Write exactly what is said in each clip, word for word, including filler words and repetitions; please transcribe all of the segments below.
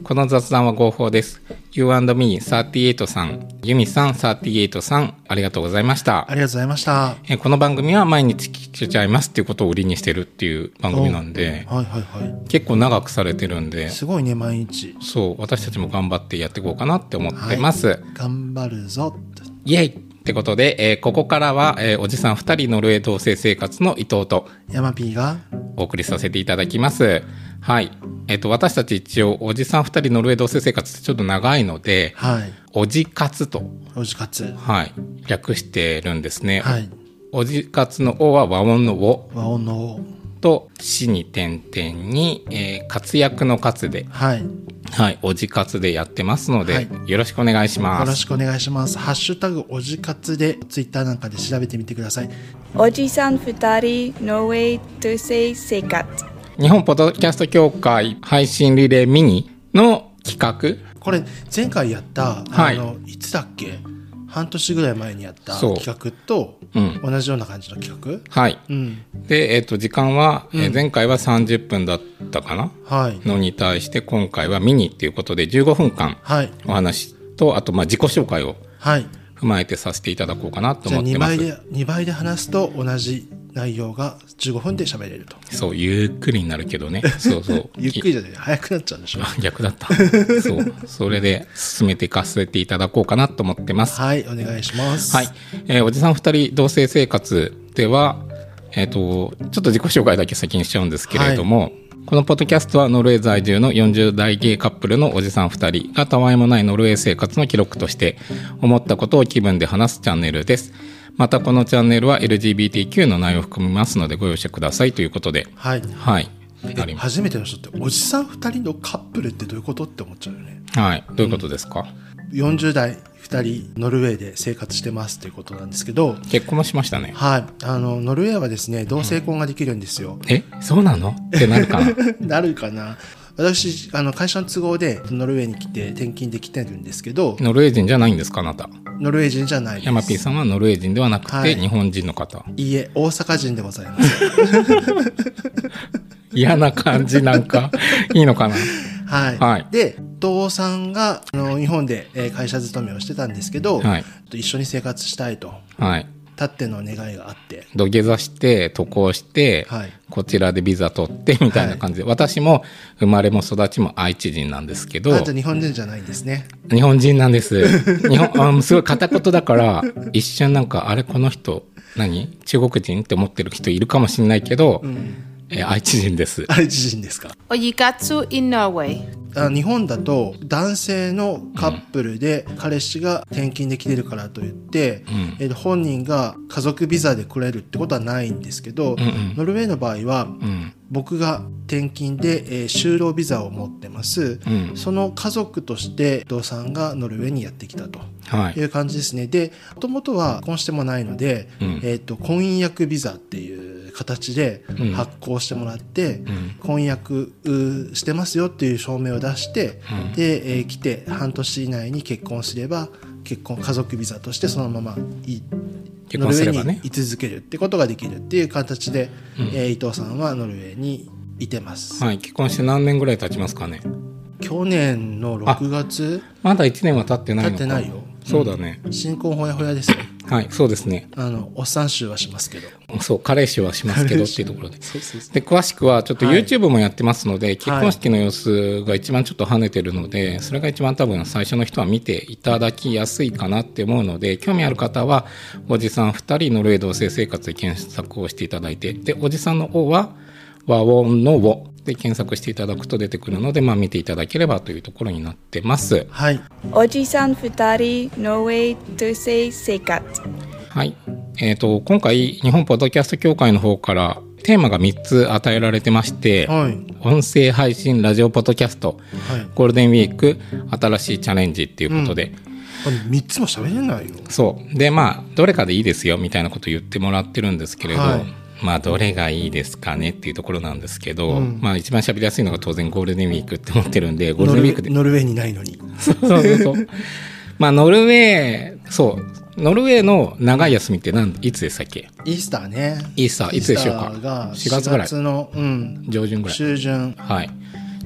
この雑談は合法です。You and meさんじゅうはち さん、ユミさんさんじゅうはちさん、ありがとうございました。 ありがとうございました。 えこの番組は毎日聞けちゃいますっていうことを売りにしてるっていう番組なんで、 はいはいはい。 結構長くされてるんで、 すごいね、毎日。 そう、私たちも頑張ってやっていこうかなって思ってます。はい、 頑張るぞ。 イエイってことで、えー、ここからは、えー、おじさんふたりノルウェー同棲生活の伊藤とヤマピーがお送りさせていただきます。はい。えっと、私たち一応おじさんふたりノルウェー同棲生活ってちょっと長いので、はい、おじ活とおじ活、 はい、略してるんですね。 はい、 おじ活のおは和音のお、 和音のおと死に点々に、えー、活躍の活で、はいはい、おじ活でやってますので、はい、よろしくお願いします。 よろしくお願いします。ハッシュタグおじ活でツイッターなんかで調べてみてください。 おじさんふたりノルウェー同棲生活、 日本ポッドキャスト協会配信リレーミニの企画、 これ前回やった、はい、あのいつだっけ、半年ぐらい前にやった企画と同じような感じの企画、 うん、はい、うん、で、えーと、時間は、うん、えー、前回はさんじゅっぷんだったかな、はい、のに対して今回はミニっていうことでじゅうごふんかんお話と、あとまあ自己紹介を踏まえてさせていただこうかなと思ってます。 じゃあにばいで、にばいで話すと同じ内容がじゅうごふんで喋れると。 そう、ゆっくりになるけどね。そうそうゆっくりじゃない、早くなっちゃうんでしょ。 逆だった。そう、それで進めていかせていただこうかなと思ってます。 はい、お願いします。 はい、えー、おじさんふたり同棲生活では、えっと、ちょっと自己紹介だけ先にしちゃうんですけれども、はい、このポッドキャストはノルウェー在住のよんじゅう代ゲイカップルのおじさんふたりがたわいもないノルウェー生活の記録として思ったことを気分で話すチャンネルです。またこのチャンネルは エルジービーティーキュー の内容を含みますのでご容赦くださいということで、はい、はい、 初めての人っておじさんふたりのカップルってどういうことって思っちゃうよね。 はい、どういうことですか？ うん、よんじゅう代ふたりノルウェーで生活してますということなんですけど、 結婚もしましたね。 はい、あのノルウェーはですね、同性婚ができるんですよ。 うん、え、そうなのってなるかななるかな。私あの会社の都合でノルウェーに来て転勤できてるんですけど、 ノルウェー人じゃないんですか、あなた？ ノルウェー人じゃないです。 ヤマピーさんはノルウェー人ではなくて、はい、日本人の方。 いいえ、大阪人でございます嫌な感じなんかいいのかな。 はい、はい、で父さんがあの日本で会社勤めをしてたんですけど、はい、一緒に生活したいと、はい、たっての願いがあって土下座して渡航して、はい、こちらでビザ取ってみたいな感じで、はい、私も生まれも育ちも愛知人なんですけど、 あ、じゃあ日本人じゃないんですね。 日本人なんです。日本あすごい片言だから一瞬なんかあれこの人何中国人って思ってる人いるかもしれないけど、うん、えー、愛知人です。 愛知人ですか。 おじ活 in Norway。 あ、日本だと男性のカップルで彼氏が転勤で来てるからといって、うん、えー、本人が家族ビザで来れるってことはないんですけど、うんうん、ノルウェーの場合は、うん、僕が転勤で、えー、就労ビザを持ってます、うん、その家族として伊藤さんがノルウェーにやってきたという感じですね。で、もともとは婚してもないので、うん、えーと、婚約ビザっていう形で発行してもらって、うん、婚約してますよっていう証明を出して、うん、で、えー、来て半年以内に結婚すれば結婚家族ビザとしてそのままい結婚すればね、 ノルウェーに居続けるってことができるっていう形で、うん、えー、伊藤さんはノルウェーにいてます。 はい、結婚して何年ぐらい経ちますかね？ 去年のろくがつ。 まだいちねんは経ってないのか。 経ってないよ。 そうだね、 うん、新婚ほやほやですよ。 はい、そうですね。 あのおっさん臭はしますけど、 そう彼氏はしますけどっていうところでそうそうそう。で詳しくはちょっと YouTube もやってますので、はい、結婚式の様子が一番ちょっと跳ねてるので、それが一番多分最初の人は見ていただきやすいかなって思うので、興味ある方はおじさんふたりノルウェー同棲生活で検索をしていただいて、でおじさんのOは和音のOで検索していただくと出てくるので、まあ、見ていただければというところになってます。 はい、 おじさんふたりノルウェー同棲生活。 はい、えーと、今回日本ポッドキャスト協会の方からテーマがみっつ与えられてまして、はい、音声配信ラジオポッドキャスト、はい、ゴールデンウィーク新しいチャレンジっていうことで、 うん、みっつも喋れないよ。 そうで、まあどれかでいいですよみたいなことを言ってもらってるんですけれど、はい、まあどれがいいですかねっていうところなんですけど、うん、まあ一番喋りやすいのが当然ゴールデンウィークって思ってるんで、ゴールデンウィークでノルウェーにないのにそうそうそうまあノルウェー、そうノルウェーの長い休みって何いつでしたっけ？ イースターね。 イースターいつでしょうか？ がしがつぐらい、 しがつの、うん、 上旬ぐらい、 中旬、 はい、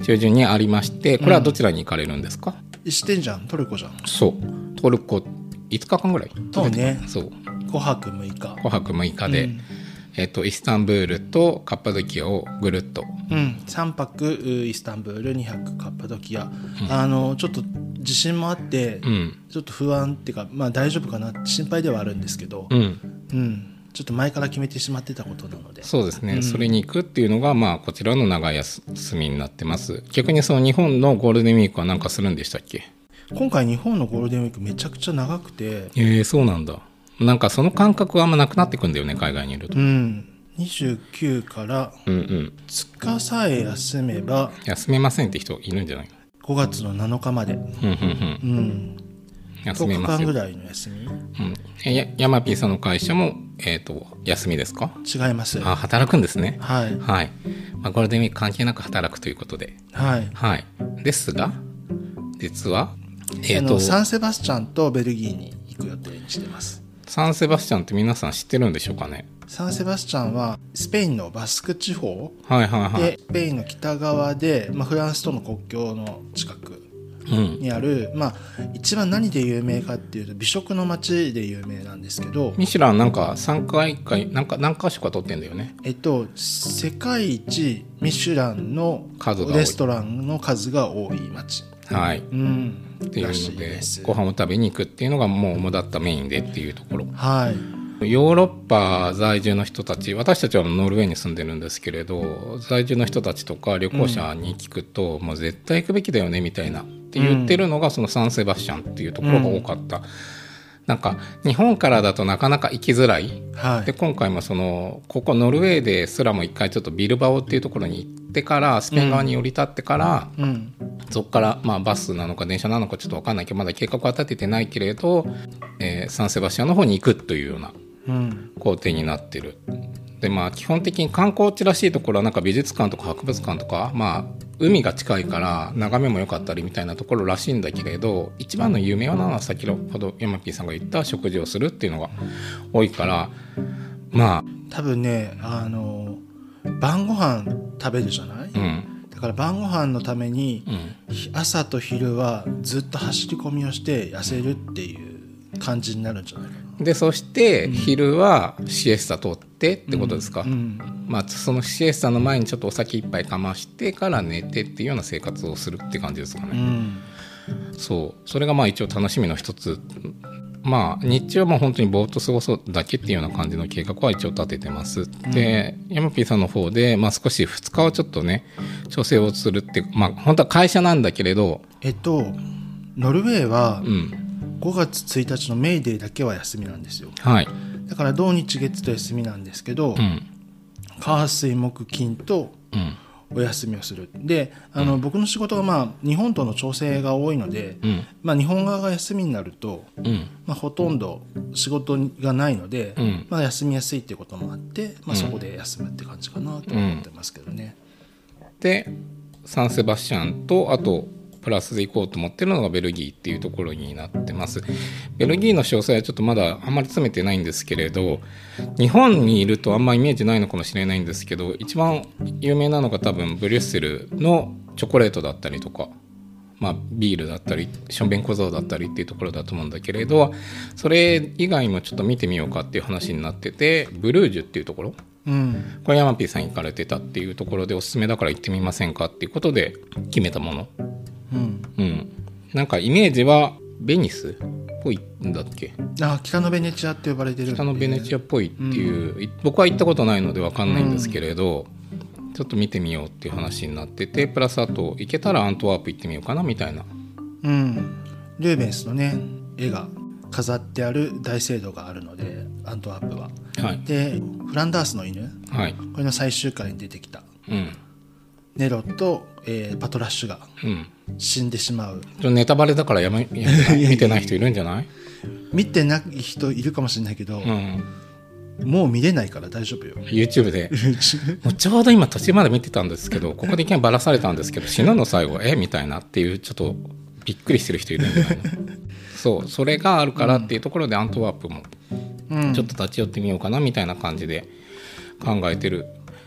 中旬にありまして、これはどちらに行かれるんですか？ うん、知ってんじゃん、トルコじゃん。 そうトルコいつかかんぐらい。 そうね。 そうごはくむいか。 ごはくむいかで、うん、えっと、イスタンブールとカッパドキアをぐるっと、 うん、さんぱくイスタンブール、にはくカッパドキア、うん、あのちょっと地震もあって、うん、ちょっと不安っていうか、まあ、大丈夫かなって心配ではあるんですけど、うんうん、ちょっと前から決めてしまってたことなので。 そうですね、うん、それに行くっていうのが、まあ、こちらの長休みになってます。逆にその日本のゴールデンウィークは何かするんでしたっけ？ 今回日本のゴールデンウィークめちゃくちゃ長くて。 えー、そうなんだ。なんかその感覚があんまなくなってくんだよね、海外にいると。 うん、にじゅうくからつかさえ休めば、うんうん、 休めませんって人いるんじゃない？ ごがつのなのかまで、うんうんうんうん、休めますよ。とおかかんぐらいの休み、うん、 えやヤマピーさんの会社も、えーと、休みですか？ 違います。 あ、働くんですね。 はい、 はい、まあ、ゴールデンウィーク関係なく働くということで、 はいはい、ですが実は、 えーと、サンセバスチャンとベルギーに行く予定にしてます。 サンセバスチャンって皆さん知ってるんでしょうかね？ サンセバスチャンはスペインのバスク地方、 はいはいはい、 でスペインの北側で、まあ、フランスとの国境の近くにある、うん、まあ、一番何で有名かっていうと美食の街で有名なんですけど、 ミシュランなんかさんかいかなんか何か所か取ってんだよね。 えっと世界一ミシュランのレストランの数が多い街、 はい、うん、っていうのでご飯を食べに行くっていうのがもう主だったメインでっていうところ、 はい、 ヨーロッパ在住の人たち、私たちはノルウェーに住んでるんですけれど、在住の人たちとか旅行者に聞くと、うん、もう絶対行くべきだよねみたいなって言ってるのがそのサンセバスチャンっていうところが多かった、うん、なんか日本からだとなかなか行きづらい、はい、で今回もそのここノルウェーですらも一回ちょっとビルバオっていうところに行ってからスペイン側に降り立ってから、うんうん、そこからまあバスなのか電車なのかちょっと分かんないけどまだ計画は立ててないけれど、えー、サンセバスチャンの方に行くというような工程になってる。でまあ基本的に観光地らしいところはなんか美術館とか博物館とか、まあ海が近いから眺めも良かったりみたいなところらしいんだけれど、一番の有名なのは先ほどヤマピーさんが言った食事をするっていうのが多いから、まあ多分ね、あの晩ご飯食べるじゃない、うん、だから晩ご飯のために、うん、朝と昼はずっと走り込みをして痩せるっていう感じになるんじゃないかな。 でそして昼はシエスタ取ってってことですか、うんうん、まあ、そのシエスタの前にちょっとお酒一杯かましてから寝てっていうような生活をするって感じですかね、うん、そうそれがまあ一応楽しみの一つ。まあ日中はもう本当にぼーっと過ごそうだけっていうような感じの計画は一応立ててます、うん、でヤマピーさんの方で、まあ、少しふつかはちょっとね調整をするって、まあ本当は会社なんだけれど、 えっとノルウェーは、うん、ごがつついたちのメイデーだけは休みなんですよ、はい、だから土日月と休みなんですけど、うん、火水木金とお休みをする。であの、うん、僕の仕事は、まあ、日本との調整が多いので、うんまあ、日本側が休みになると、うんまあ、ほとんど仕事がないので、うんまあ、休みやすいっていうこともあって、まあ、そこで休むって感じかなと思ってますけどね、 うん、でサンセバスチャンとあとプラスで行こうと思ってるのがベルギーっていうところになってます。ベルギーの詳細はちょっとまだあんまり詰めてないんですけれど、日本にいるとあんまイメージないのかもしれないんですけど、一番有名なのが多分ブリュッセルのチョコレートだったりとか、まあ、ビールだったりションベン小僧だったりっていうところだと思うんだけれど、それ以外もちょっと見てみようかっていう話になってて、ブルージュっていうところ、うん、これヤマピーさん行かれてたっていうところでおすすめだから行ってみませんかっていうことで決めたもの、うんうん、なんかイメージはベニスっぽいんだっけ。 あ、北のベネチアって呼ばれてる。 北のベネチアっぽいっていう、うん、僕は行ったことないので分かんないんですけれど、うん、ちょっと見てみようっていう話になってて、プラスあと行けたらアントワープ行ってみようかなみたいな、 うん、ルーベンスのね絵が飾ってある大聖堂があるのでアントワープは、はい、でフランダースの犬、はい、これの最終回に出てきた、うん、ネロと、えー、パトラッシュが死んでしまう、 うん、ネタバレだからやめやめ見てない人いるんじゃない？ 見てない人いるかもしれないけど、うん、もう見れないから大丈夫よ。 YouTube でもうちょうど今途中まで見てたんですけど、ここでいきなりバラされたんですけど、死ぬの最後えみたいなっていうちょっとびっくりしてる人いるんじゃないのそうそれがあるからっていうところで、うん、アントワープもちょっと立ち寄ってみようかなみたいな感じで考えてる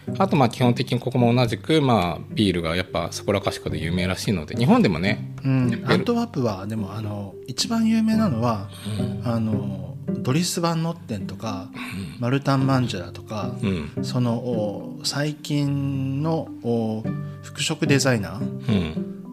あとまあ基本的にここも同じくまあビールがやっぱそこらかしこで有名らしいので、日本でもね、 うん、アントワープはでもあの一番有名なのは、うん、あのドリス・バン・ノッテンとか、うん、マルタン・マンジェラとか、うん、その最近の服飾デザイナー、うん、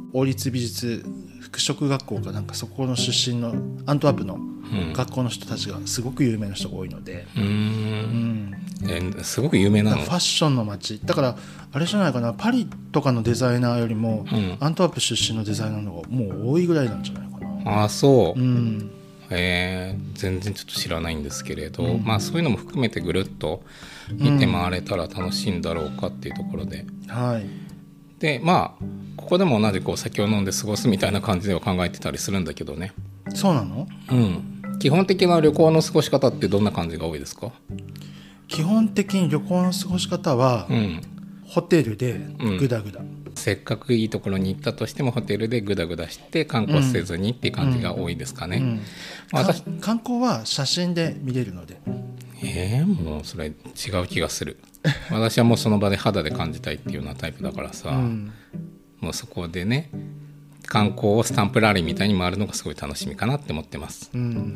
王立美術服飾学校かなんかそこの出身のアントワープの学校の人たちがすごく有名な人が多いので、 うんうんえすごく有名なの？ ファッションの街だからあれじゃないかな、パリとかのデザイナーよりも、うん、アントワープ出身のデザイナーの方がもう多いぐらいなんじゃないかな。 ああそう、うんえー、全然ちょっと知らないんですけれど、うん、まあそういうのも含めてぐるっと見て回れたら楽しいんだろうかっていうところで、 うん、はいでまあここでも同じこう酒を飲んで過ごすみたいな感じでは考えてたりするんだけどね。 そうなの？ うん基本的な旅行の過ごし方ってどんな感じが多いですか？ 基本的に旅行の過ごし方は、うん、ホテルでグダグダ、うん、 せっかくいいところに行ったとしてもホテルでグダグダして観光せずにっていう感じが多いですかね、うんうんまあ、私観光は写真で見れるのでえー、もうそれ違う気がする私はもうその場で肌で感じたいっていうようなタイプだからさ、うん、もうそこでね観光をスタンプラリーみたいに回るのがすごい楽しみかなって思ってます、うん、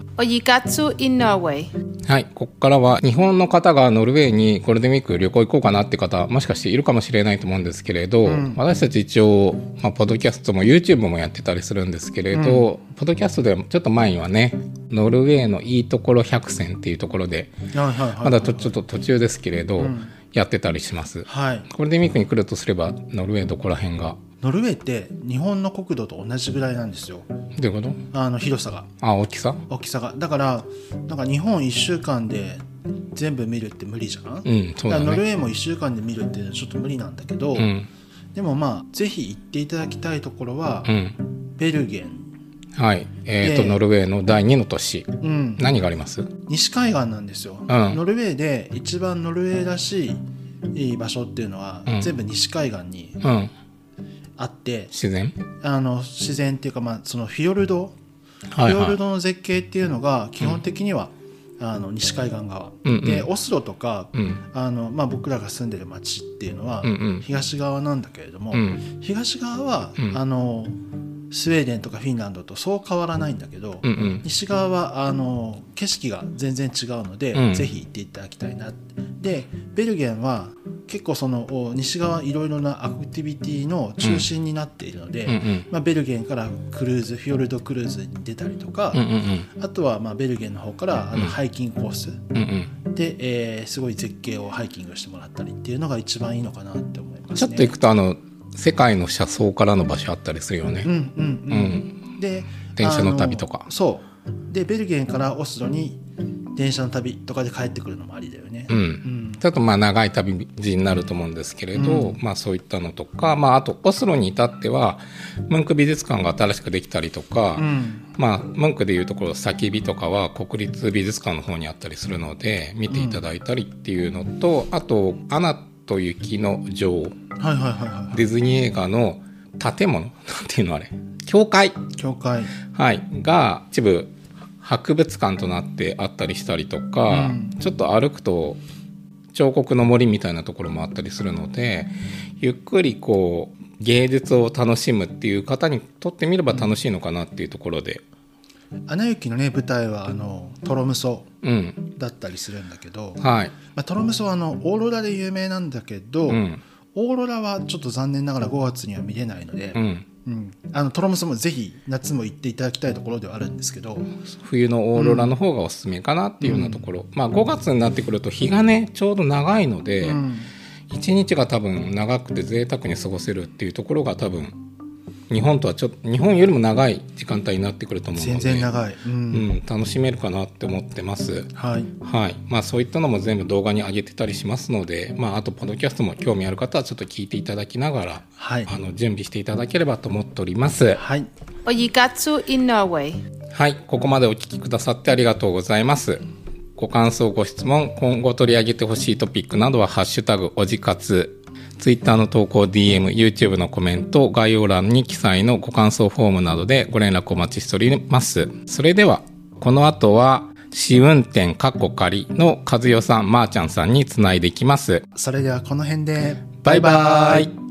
おいかつ in Norway。 はい、ここからは日本の方がノルウェーにゴールデンウィーク旅行行こうかなって方もしかしているかもしれないと思うんですけれど、うん、私たち一応、まあ、ポッドキャストも YouTube もやってたりするんですけれど、うん、ポッドキャストでもちょっと前にはねノルウェーのいいところ百選っていうところでまだちょっと途中ですけれど、うん、やってたりします、はい、ゴールデンウィークに来るとすればノルウェーどこら辺がノルウェーって日本の国土と同じぐらいなんですよ。 どういうこと？ あの広さがあ大きさ大きさがだからなんか日本いっしゅうかんで全部見るって無理じゃん、うんそうだね、だからノルウェーもいっしゅうかんで見るってちょっと無理なんだけど、うん、でもまあぜひ行っていただきたいところは、うん、ベルゲンはいえー、とノルウェーのだいにの都市、うん、何があります？ 西海岸なんですよ、うん、ノルウェーで一番ノルウェーらしいいい場所っていうのは、うん、全部西海岸に、うんあって自然あの自然っていうか、まあ、そのフィヨルド、はいはい、フィヨルドの絶景っていうのが基本的には、うん、あの西海岸側、うんうん、でオスロとか、うんあのまあ、僕らが住んでる町っていうのは、うんうん、東側なんだけれども、うん、東側は、うん、あのスウェーデンとかフィンランドとそう変わらないんだけど、うんうん、西側はあの景色が全然違うので、うん、ぜひ行っていただきたいな。でベルゲンは結構その西側いろいろなアクティビティの中心になっているので、うんうんまあ、ベルゲンからクルーズフィヨルドクルーズに出たりとか、うんうんうん、あとはまあベルゲンの方からあのハイキングコース、うんうん、で、えー、すごい絶景をハイキングしてもらったりっていうのが一番いいのかなって思いますね。 ちょっと行くとあの世界の車窓からの場所あったりするよね、うんうんうんうん、で電車の旅とかそうでベルゲンからオスロに電車の旅とかで帰ってくるのもありだよね、うんうん、 ちょっとまあ長い旅路になると思うんですけれど、うんまあ、そういったのとか、まあ、あとオスロに至ってはムンク美術館が新しくできたりとか、うんまあ、ムンクでいうところ焚き火とかは国立美術館の方にあったりするので見ていただいたりっていうのと、うん、あとアナと雪の女王、はいはいはいはい、ディズニー映画の建物なんていうのあれ教会教会、 はい、が一部博物館となってあったりしたりとか、うん、ちょっと歩くと彫刻の森みたいなところもあったりするのでゆっくりこう芸術を楽しむっていう方にとってみれば楽しいのかなっていうところで、 アナ雪のね舞台はあのトロムソだったりするんだけど、うんはいまあ、トロムソはあのオーロラで有名なんだけど、うん、オーロラはちょっと残念ながらごがつには見れないので、うんうん、あのトロムソもぜひ夏も行っていただきたいところではあるんですけど冬のオーロラの方がおすすめかなっていうようなところ、うんまあ、ごがつになってくると日がねちょうど長いので、うん、いちにちが多分長くて贅沢に過ごせるっていうところが多分日本とはちょっと日本よりも長い時間帯になってくると思うので全然長い、うんうん、 楽しめるかなって思ってます、はいはいまあ、そういったのも全部動画に上げてたりしますので、まあ、あとポッドキャストも興味ある方はちょっと聞いていただきながら、はい、あの準備していただければと思っております。はい、 おいかつ in Norway。 はい、ここまでお聞きくださってありがとうございます。ご感想ご質問今後取り上げてほしいトピックなどはハッシュタグおじかつツイッターの投稿 ディーエム YouTube のコメント概要欄に記載のご感想フォームなどでご連絡お待ちしております。それではこの後は試運転かっこ仮の和代さん、まーちゃんさんにつないでいきます。 それではこの辺でバイバイ。